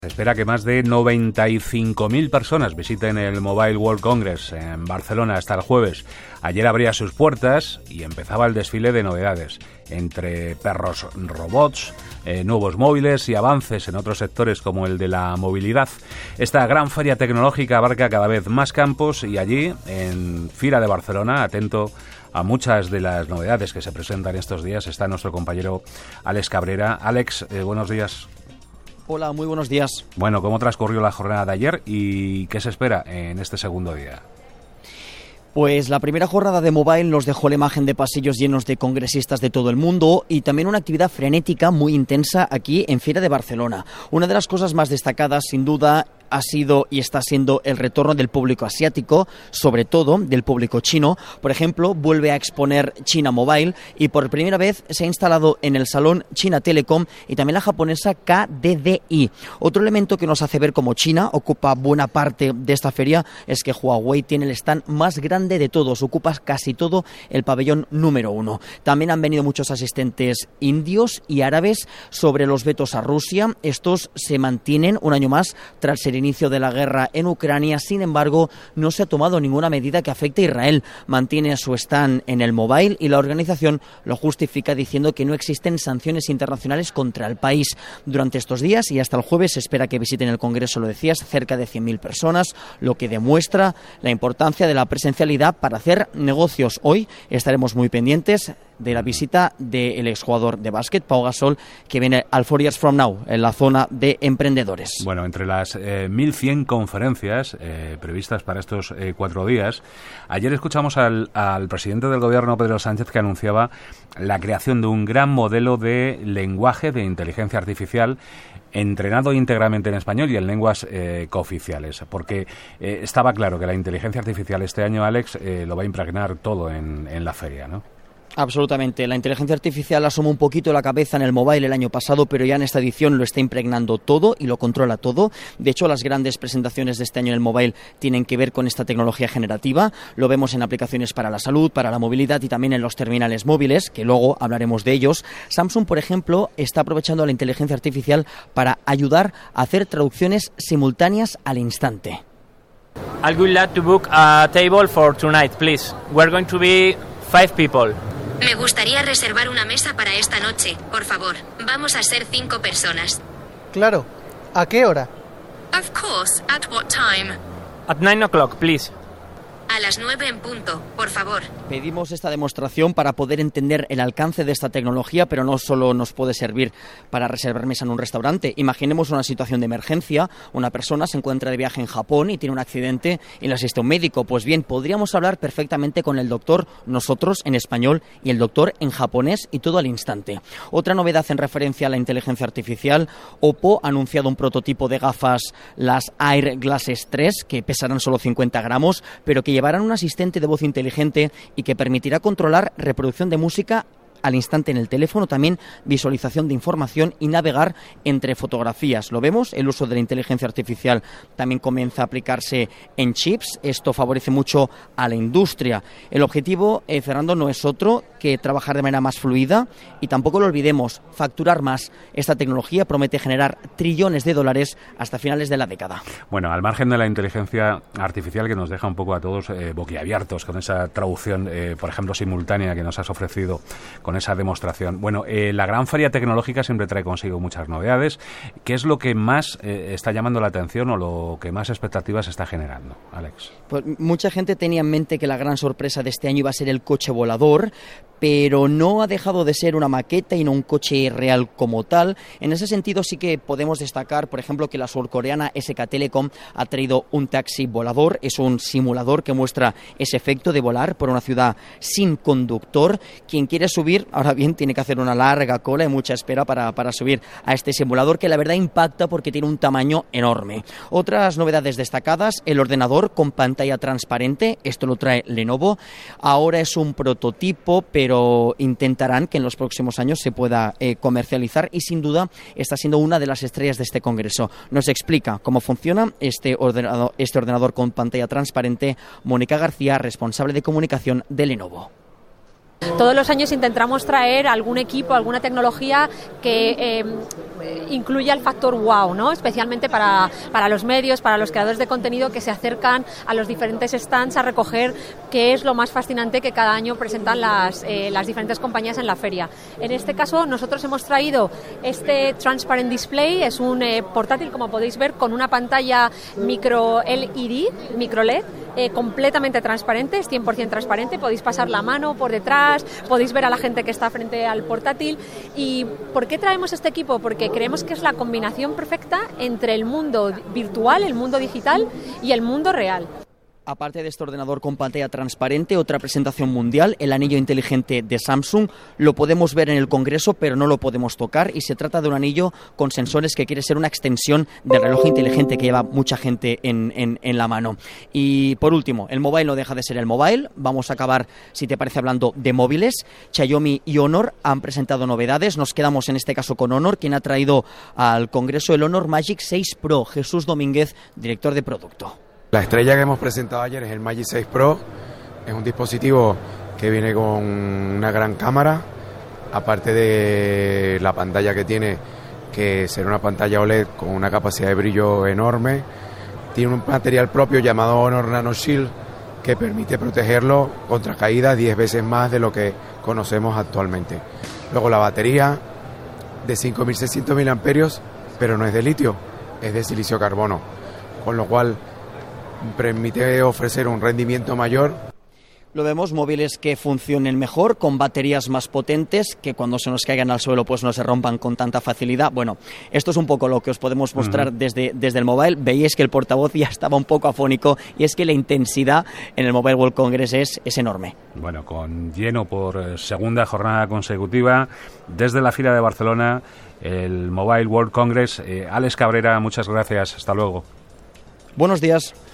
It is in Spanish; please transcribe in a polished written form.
Se espera que más de 95.000 personas visiten el Mobile World Congress en Barcelona hasta el jueves. Ayer abría sus puertas y empezaba el desfile de novedades, entre perros robots, nuevos móviles y avances en otros sectores como el de la movilidad. Esta gran feria tecnológica abarca cada vez más campos y allí, en Fira de Barcelona, atento a muchas de las novedades que se presentan estos días, está nuestro compañero Alex Cabrera. Alex, buenos días. Hola, muy buenos días. Bueno, ¿cómo transcurrió la jornada de ayer y qué se espera en este segundo día? Pues la primera jornada de Mobile nos dejó la imagen de pasillos llenos de congresistas de todo el mundo y también una actividad frenética muy intensa aquí en Fira de Barcelona. Una de las cosas más destacadas, sin duda, ha sido y está siendo el retorno del público asiático, sobre todo del público chino. Por ejemplo, vuelve a exponer China Mobile y por primera vez se ha instalado en el salón China Telecom y también la japonesa KDDI. Otro elemento que nos hace ver como China ocupa buena parte de esta feria es que Huawei tiene el stand más grande de todos, ocupa casi todo el pabellón número 1. También han venido muchos asistentes indios y árabes sobre los vetos a Rusia. Estos se mantienen un año más tras el inicio de la guerra en Ucrania. Sin embargo, no se ha tomado ninguna medida que afecte a Israel. Mantiene su stand en el Mobile y la organización lo justifica diciendo que no existen sanciones internacionales contra el país. Durante estos días y hasta el jueves se espera que visiten el Congreso, lo decías, cerca de 100.000 personas, lo que demuestra la importancia de la presencialidad para hacer negocios. Hoy estaremos muy pendientes de la visita del exjugador de básquet, Pau Gasol, que viene al 4 Years From Now, en la zona de emprendedores. Bueno, entre las 1.100 conferencias previstas para estos 4 días, ayer escuchamos al presidente del gobierno, Pedro Sánchez, que anunciaba la creación de un gran modelo de lenguaje de inteligencia artificial entrenado íntegramente en español y en lenguas cooficiales, porque estaba claro que la inteligencia artificial este año, Alex, lo va a impregnar todo en la feria, ¿no? Absolutamente. La inteligencia artificial asomó un poquito la cabeza en el Mobile el año pasado, pero ya en esta edición lo está impregnando todo y lo controla todo. De hecho, las grandes presentaciones de este año en el Mobile tienen que ver con esta tecnología generativa. Lo vemos en aplicaciones para la salud, para la movilidad y también en los terminales móviles, que luego hablaremos de ellos. Samsung, por ejemplo, está aprovechando la inteligencia artificial para ayudar a hacer traducciones simultáneas al instante. I would like to book a table for tonight, please. We're going to be 5 people. Me gustaría reservar una mesa para esta noche, por favor. Vamos a ser 5 personas. Claro. ¿A qué hora? Of course. At what time? At 9 o'clock, please. A las 9 en punto, por favor. Pedimos esta demostración para poder entender el alcance de esta tecnología, pero no solo nos puede servir para reservar mesa en un restaurante. Imaginemos una situación de emergencia. Una persona se encuentra de viaje en Japón y tiene un accidente y le asiste un médico. Pues bien, podríamos hablar perfectamente con el doctor, nosotros en español y el doctor en japonés y todo al instante. Otra novedad en referencia a la inteligencia artificial, Oppo ha anunciado un prototipo de gafas, las Air Glasses 3, que pesarán solo 50 gramos, pero que llevarán un asistente de voz inteligente y que permitirá controlar reproducción de música al instante en el teléfono, también visualización de información y navegar entre fotografías. Lo vemos, el uso de la inteligencia artificial también comienza a aplicarse en chips. Esto favorece mucho a la industria. El objetivo, Fernando, no es otro que trabajar de manera más fluida y tampoco lo olvidemos, facturar más. Esta tecnología promete generar trillones de dólares hasta finales de la década. Bueno, al margen de la inteligencia artificial, que nos deja un poco a todos boquiabiertos con esa traducción, por ejemplo, simultánea que nos has ofrecido con esa demostración. Bueno, la gran feria tecnológica siempre trae consigo muchas novedades. ¿Qué es lo que más está llamando la atención o lo que más expectativas está generando, Alex? Pues mucha gente tenía en mente que la gran sorpresa de este año iba a ser el coche volador, pero no ha dejado de ser una maqueta y no un coche real como tal. En ese sentido sí que podemos destacar, por ejemplo, que la surcoreana SK Telecom ha traído un taxi volador. Es un simulador que muestra ese efecto de volar por una ciudad sin conductor. Quien quiere subir, ahora bien, tiene que hacer una larga cola y mucha espera para subir a este simulador, que la verdad impacta porque tiene un tamaño enorme. Otras novedades destacadas, el ordenador con pantalla transparente. Esto lo trae Lenovo. Ahora es un prototipo, pero intentarán que en los próximos años se pueda comercializar y sin duda está siendo una de las estrellas de este congreso. Nos explica cómo funciona este ordenador con pantalla transparente Mónica García, responsable de comunicación de Lenovo. Todos los años intentamos traer algún equipo, alguna tecnología que incluya el factor wow, ¿no? Especialmente para los medios, para los creadores de contenido que se acercan a los diferentes stands a recoger qué es lo más fascinante que cada año presentan las diferentes compañías en la feria. En este caso nosotros hemos traído este Transparent Display, es un portátil, como podéis ver, con una pantalla micro LED, completamente transparente, es 100% transparente, podéis pasar la mano por detrás, podéis ver a la gente que está frente al portátil. ¿Y por qué traemos este equipo? Porque creemos que es la combinación perfecta entre el mundo virtual, el mundo digital y el mundo real. Aparte de este ordenador con pantalla transparente, otra presentación mundial, el anillo inteligente de Samsung. Lo podemos ver en el Congreso, pero no lo podemos tocar, y se trata de un anillo con sensores que quiere ser una extensión del reloj inteligente que lleva mucha gente en la mano. Y por último, el mobile no deja de ser el mobile. Vamos a acabar, si te parece, hablando de móviles. Xiaomi y Honor han presentado novedades. Nos quedamos en este caso con Honor, quien ha traído al Congreso el Honor Magic 6 Pro. Jesús Domínguez, director de producto. La estrella que hemos presentado ayer es el Magic 6 Pro. Es un dispositivo que viene con una gran cámara, aparte de la pantalla que tiene, que será una pantalla OLED con una capacidad de brillo enorme. Tiene un material propio llamado Honor Nano Shield que permite protegerlo contra caídas 10 veces más de lo que conocemos actualmente. Luego la batería de 5.600 mAh, pero no es de litio, es de silicio carbono, con lo cual permite ofrecer un rendimiento mayor. Lo vemos, móviles que funcionen mejor, con baterías más potentes, que cuando se nos caigan al suelo pues no se rompan con tanta facilidad. Bueno, esto es un poco lo que os podemos mostrar desde el mobile. Veíais que el portavoz ya estaba un poco afónico, y es que la intensidad en el Mobile World Congress es enorme. Bueno, con lleno por segunda jornada consecutiva desde la fila de Barcelona, el Mobile World Congress. Alex Cabrera, muchas gracias, hasta luego. Buenos días.